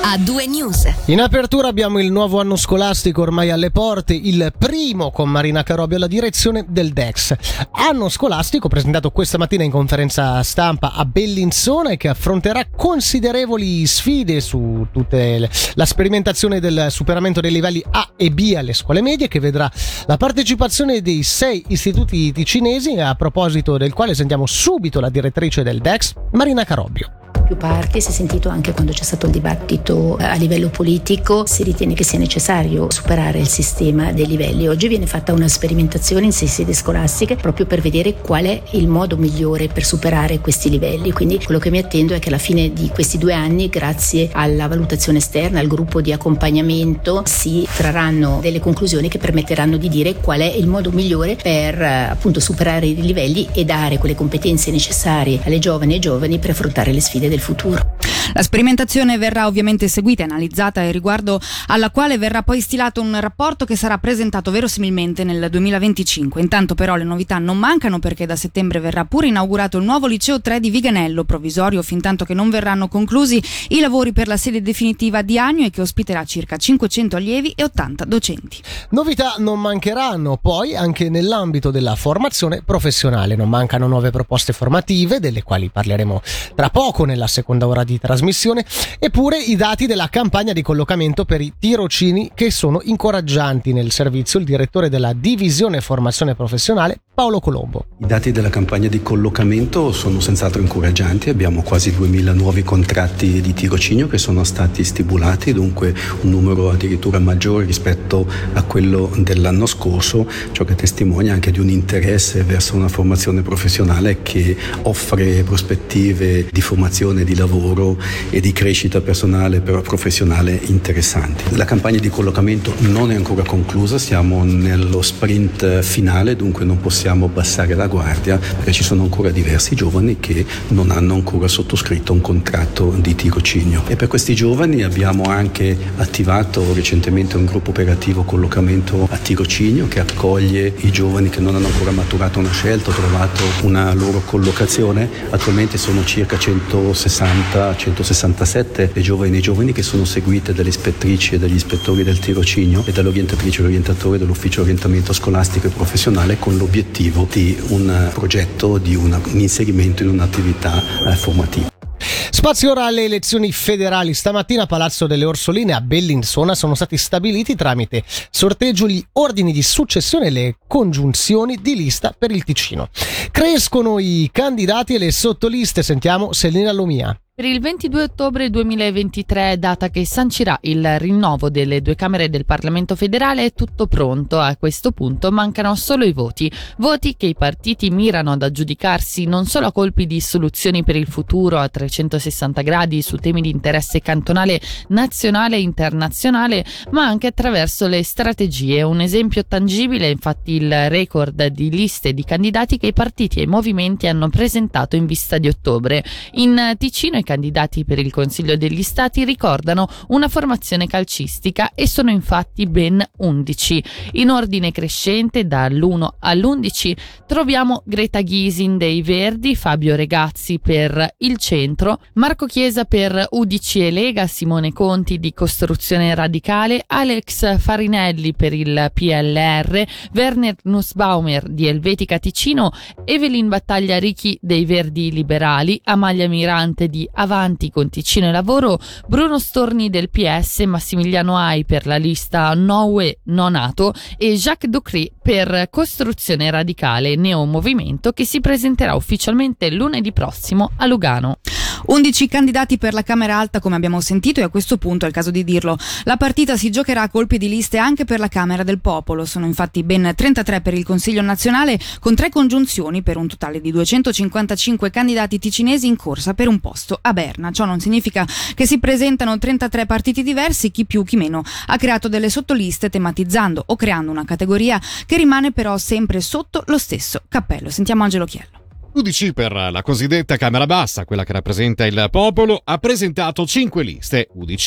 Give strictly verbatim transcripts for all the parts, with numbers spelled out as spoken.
A due News. In apertura abbiamo il nuovo anno scolastico ormai alle porte, il primo con Marina Carobio alla direzione del D E X. Anno scolastico presentato questa mattina in conferenza stampa a Bellinzona e che affronterà considerevoli sfide su tutte le, la sperimentazione del superamento dei livelli A e B alle scuole medie, che vedrà la partecipazione dei sei istituti ticinesi, a proposito del quale sentiamo subito la direttrice del D E X, Marina Carobio. Più parti, si è sentito anche quando c'è stato il dibattito a livello politico, si ritiene che sia necessario superare il sistema dei livelli. Oggi viene fatta una sperimentazione in sei sedi scolastiche proprio per vedere qual è il modo migliore per superare questi livelli. Quindi quello che mi attendo è che alla fine di questi due anni, grazie alla valutazione esterna, al gruppo di accompagnamento, si trarranno delle conclusioni che permetteranno di dire qual è il modo migliore per appunto superare i livelli e dare quelle competenze necessarie alle giovani e giovani per affrontare le sfide del futuro. La sperimentazione verrà ovviamente seguita e analizzata, e riguardo alla quale verrà poi stilato un rapporto che sarà presentato verosimilmente nel duemilaventicinque. Intanto però le novità non mancano, perché da settembre verrà pure inaugurato il nuovo liceo tre di Viganello, provvisorio fintanto che non verranno conclusi i lavori per la sede definitiva di Agno, e che ospiterà circa cinquecento allievi e ottanta docenti. Novità non mancheranno poi anche nell'ambito della formazione professionale. Non mancano nuove proposte formative, delle quali parleremo tra poco nella seconda ora di trasmissione, eppure i dati della campagna di collocamento per i tirocini, che sono incoraggianti nel servizio. Il direttore della divisione formazione professionale, Paolo Colombo. I dati della campagna di collocamento sono senz'altro incoraggianti. Abbiamo quasi duemila nuovi contratti di tirocinio che sono stati stipulati, dunque un numero addirittura maggiore rispetto a quello dell'anno scorso, ciò che testimonia anche di un interesse verso una formazione professionale che offre prospettive di formazione, di lavoro e di crescita personale e professionale interessanti. La campagna di collocamento non è ancora conclusa, siamo nello sprint finale, dunque non possiamo abbassare la guardia, perché ci sono ancora diversi giovani che non hanno ancora sottoscritto un contratto di tirocinio. E per questi giovani abbiamo anche attivato recentemente un gruppo operativo collocamento a tirocinio, che accoglie i giovani che non hanno ancora maturato una scelta o trovato una loro collocazione. Attualmente sono circa centosessanta centosessantasette le giovani e i giovani che sono seguite dalle ispettrici e dagli ispettori del tirocinio e dalle orientatrici e orientatori dell'ufficio orientamento scolastico e professionale, con l'obiettivo di un progetto, di una, un inserimento in un'attività eh, formativa. Spazio ora alle elezioni federali. Stamattina a Palazzo delle Orsoline a Bellinzona sono stati stabiliti tramite sorteggio gli ordini di successione e le congiunzioni di lista per il Ticino. Crescono i candidati e le sottoliste. Sentiamo Selena Lomia. Per il ventidue ottobre duemilaventitré, data che sancirà il rinnovo delle due Camere del Parlamento federale, è tutto pronto. A questo punto mancano solo i voti. Voti che i partiti mirano ad aggiudicarsi non solo a colpi di soluzioni per il futuro a trecentosessanta gradi su temi di interesse cantonale, nazionale e internazionale, ma anche attraverso le strategie. Un esempio tangibile è infatti il record di liste di candidati che i partiti e i movimenti hanno presentato in vista di ottobre. In Ticino i candidati per il Consiglio degli Stati ricordano una formazione calcistica, e sono infatti ben undici. In ordine crescente dall'uno all'undici troviamo Greta Gysin dei Verdi, Fabio Regazzi per il Centro, Marco Chiesa per U D C e Lega, Simone Conti di Costruzione Radicale, Alex Farinelli per il P L R, Werner Nussbaumer di Helvetica Ticino, Evelyn Battaglia Ricchi dei Verdi Liberali, Amalia Mirante di Avanti con Ticino e Lavoro, Bruno Storni del P S, Massimiliano Ai per la lista No U E No NATO e Jacques Ducry per Costruzione Radicale Neo Movimento, che si presenterà ufficialmente lunedì prossimo a Lugano. undici candidati per la Camera Alta, come abbiamo sentito, e a questo punto è il caso di dirlo, la partita si giocherà a colpi di liste anche per la Camera del Popolo. Sono infatti ben trentatré per il Consiglio nazionale, con tre congiunzioni, per un totale di duecentocinquantacinque candidati ticinesi in corsa per un posto a Berna. Ciò non significa che si presentano trentatré partiti diversi, chi più chi meno ha creato delle sottoliste tematizzando o creando una categoria che rimane però sempre sotto lo stesso cappello. Sentiamo Angelo Chiello. U D C, per la cosiddetta Camera Bassa, quella che rappresenta il popolo, ha presentato cinque liste: U D C,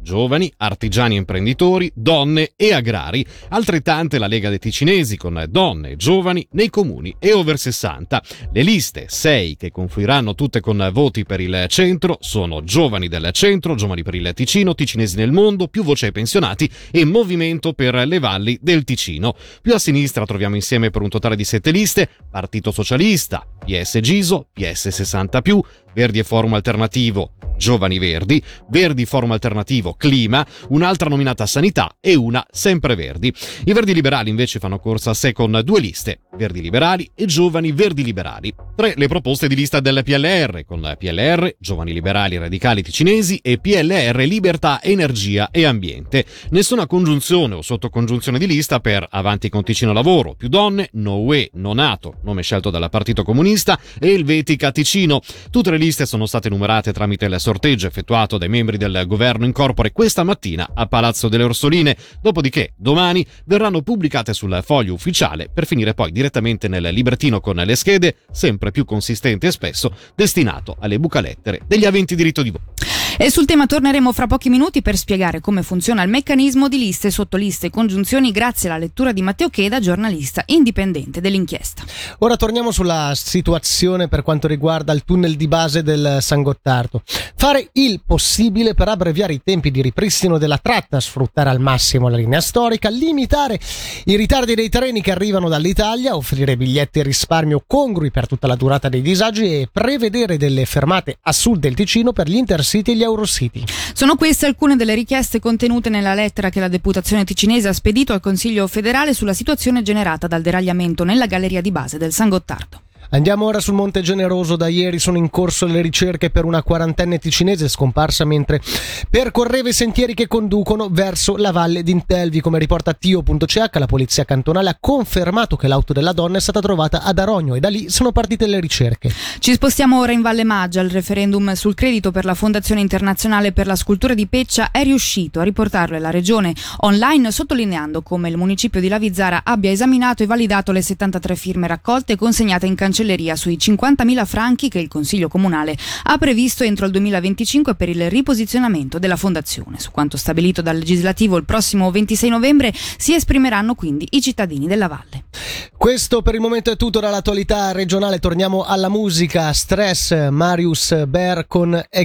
giovani, artigiani imprenditori, donne e agrari. Altrettante la Lega dei Ticinesi con donne e giovani nei comuni e over sessanta. Le liste, sei, che confluiranno tutte con voti per il centro, sono Giovani del Centro, Giovani per il Ticino, Ticinesi nel Mondo, Più Voce ai Pensionati e Movimento per le Valli del Ticino. Più a sinistra troviamo insieme per un totale di sette liste Partito Socialista, P S Giso, P S sessanta più, Verdi e Forum Alternativo, Giovani Verdi, Verdi Forum Alternativo Clima, un'altra nominata Sanità e una sempre Verdi. I Verdi Liberali invece fanno corsa a sé con due liste, Verdi Liberali e Giovani Verdi Liberali. Tre le proposte di lista del P L R, con P L R, Giovani Liberali Radicali Ticinesi e P L R Libertà, Energia e Ambiente. Nessuna congiunzione o sottocongiunzione di lista per Avanti con Ticino Lavoro, Più Donne, No U E, No NATO, nome scelto dal Partito Comunista, e Helvetica Ticino. Tutte le liste sono state numerate tramite il sorteggio effettuato dai membri del governo in corpore questa mattina a Palazzo delle Orsoline, dopodiché domani verranno pubblicate sul foglio ufficiale per finire poi direttamente nel librettino con le schede, sempre più consistente e spesso destinato alle bucalettere degli aventi diritto di voto. E sul tema torneremo fra pochi minuti per spiegare come funziona il meccanismo di liste, sottoliste e congiunzioni grazie alla lettura di Matteo Cheda, giornalista indipendente dell'inchiesta. Ora torniamo sulla situazione per quanto riguarda il tunnel di base del San Gottardo. Fare il possibile per abbreviare i tempi di ripristino della tratta, sfruttare al massimo la linea storica, limitare i ritardi dei treni che arrivano dall'Italia, offrire biglietti e risparmio congrui per tutta la durata dei disagi e prevedere delle fermate a sud del Ticino per gli Intercity e gli Eurocity. Sono queste alcune delle richieste contenute nella lettera che la deputazione ticinese ha spedito al Consiglio federale sulla situazione generata dal deragliamento nella galleria di base del San Gottardo. Andiamo ora sul Monte Generoso. Da ieri sono in corso le ricerche per una quarantenne ticinese scomparsa mentre percorreva i sentieri che conducono verso la valle d'Intelvi. Come riporta Tio punto C H, la polizia cantonale ha confermato che l'auto della donna è stata trovata ad Arogno e da lì sono partite le ricerche. Ci spostiamo ora in Valle Maggia. Il referendum sul credito per la Fondazione Internazionale per la Scultura di Peccia è riuscito a riportarlo alla regione online, sottolineando come il municipio di Lavizzara abbia esaminato e validato le settantatré firme raccolte e consegnate in cancelleria sui cinquantamila franchi che il Consiglio Comunale ha previsto entro il duemilaventicinque per il riposizionamento della fondazione. Su quanto stabilito dal legislativo il prossimo ventisei novembre si esprimeranno quindi i cittadini della valle. Questo per il momento è tutto dall'attualità regionale. Torniamo alla musica. Stress, Marius Ber con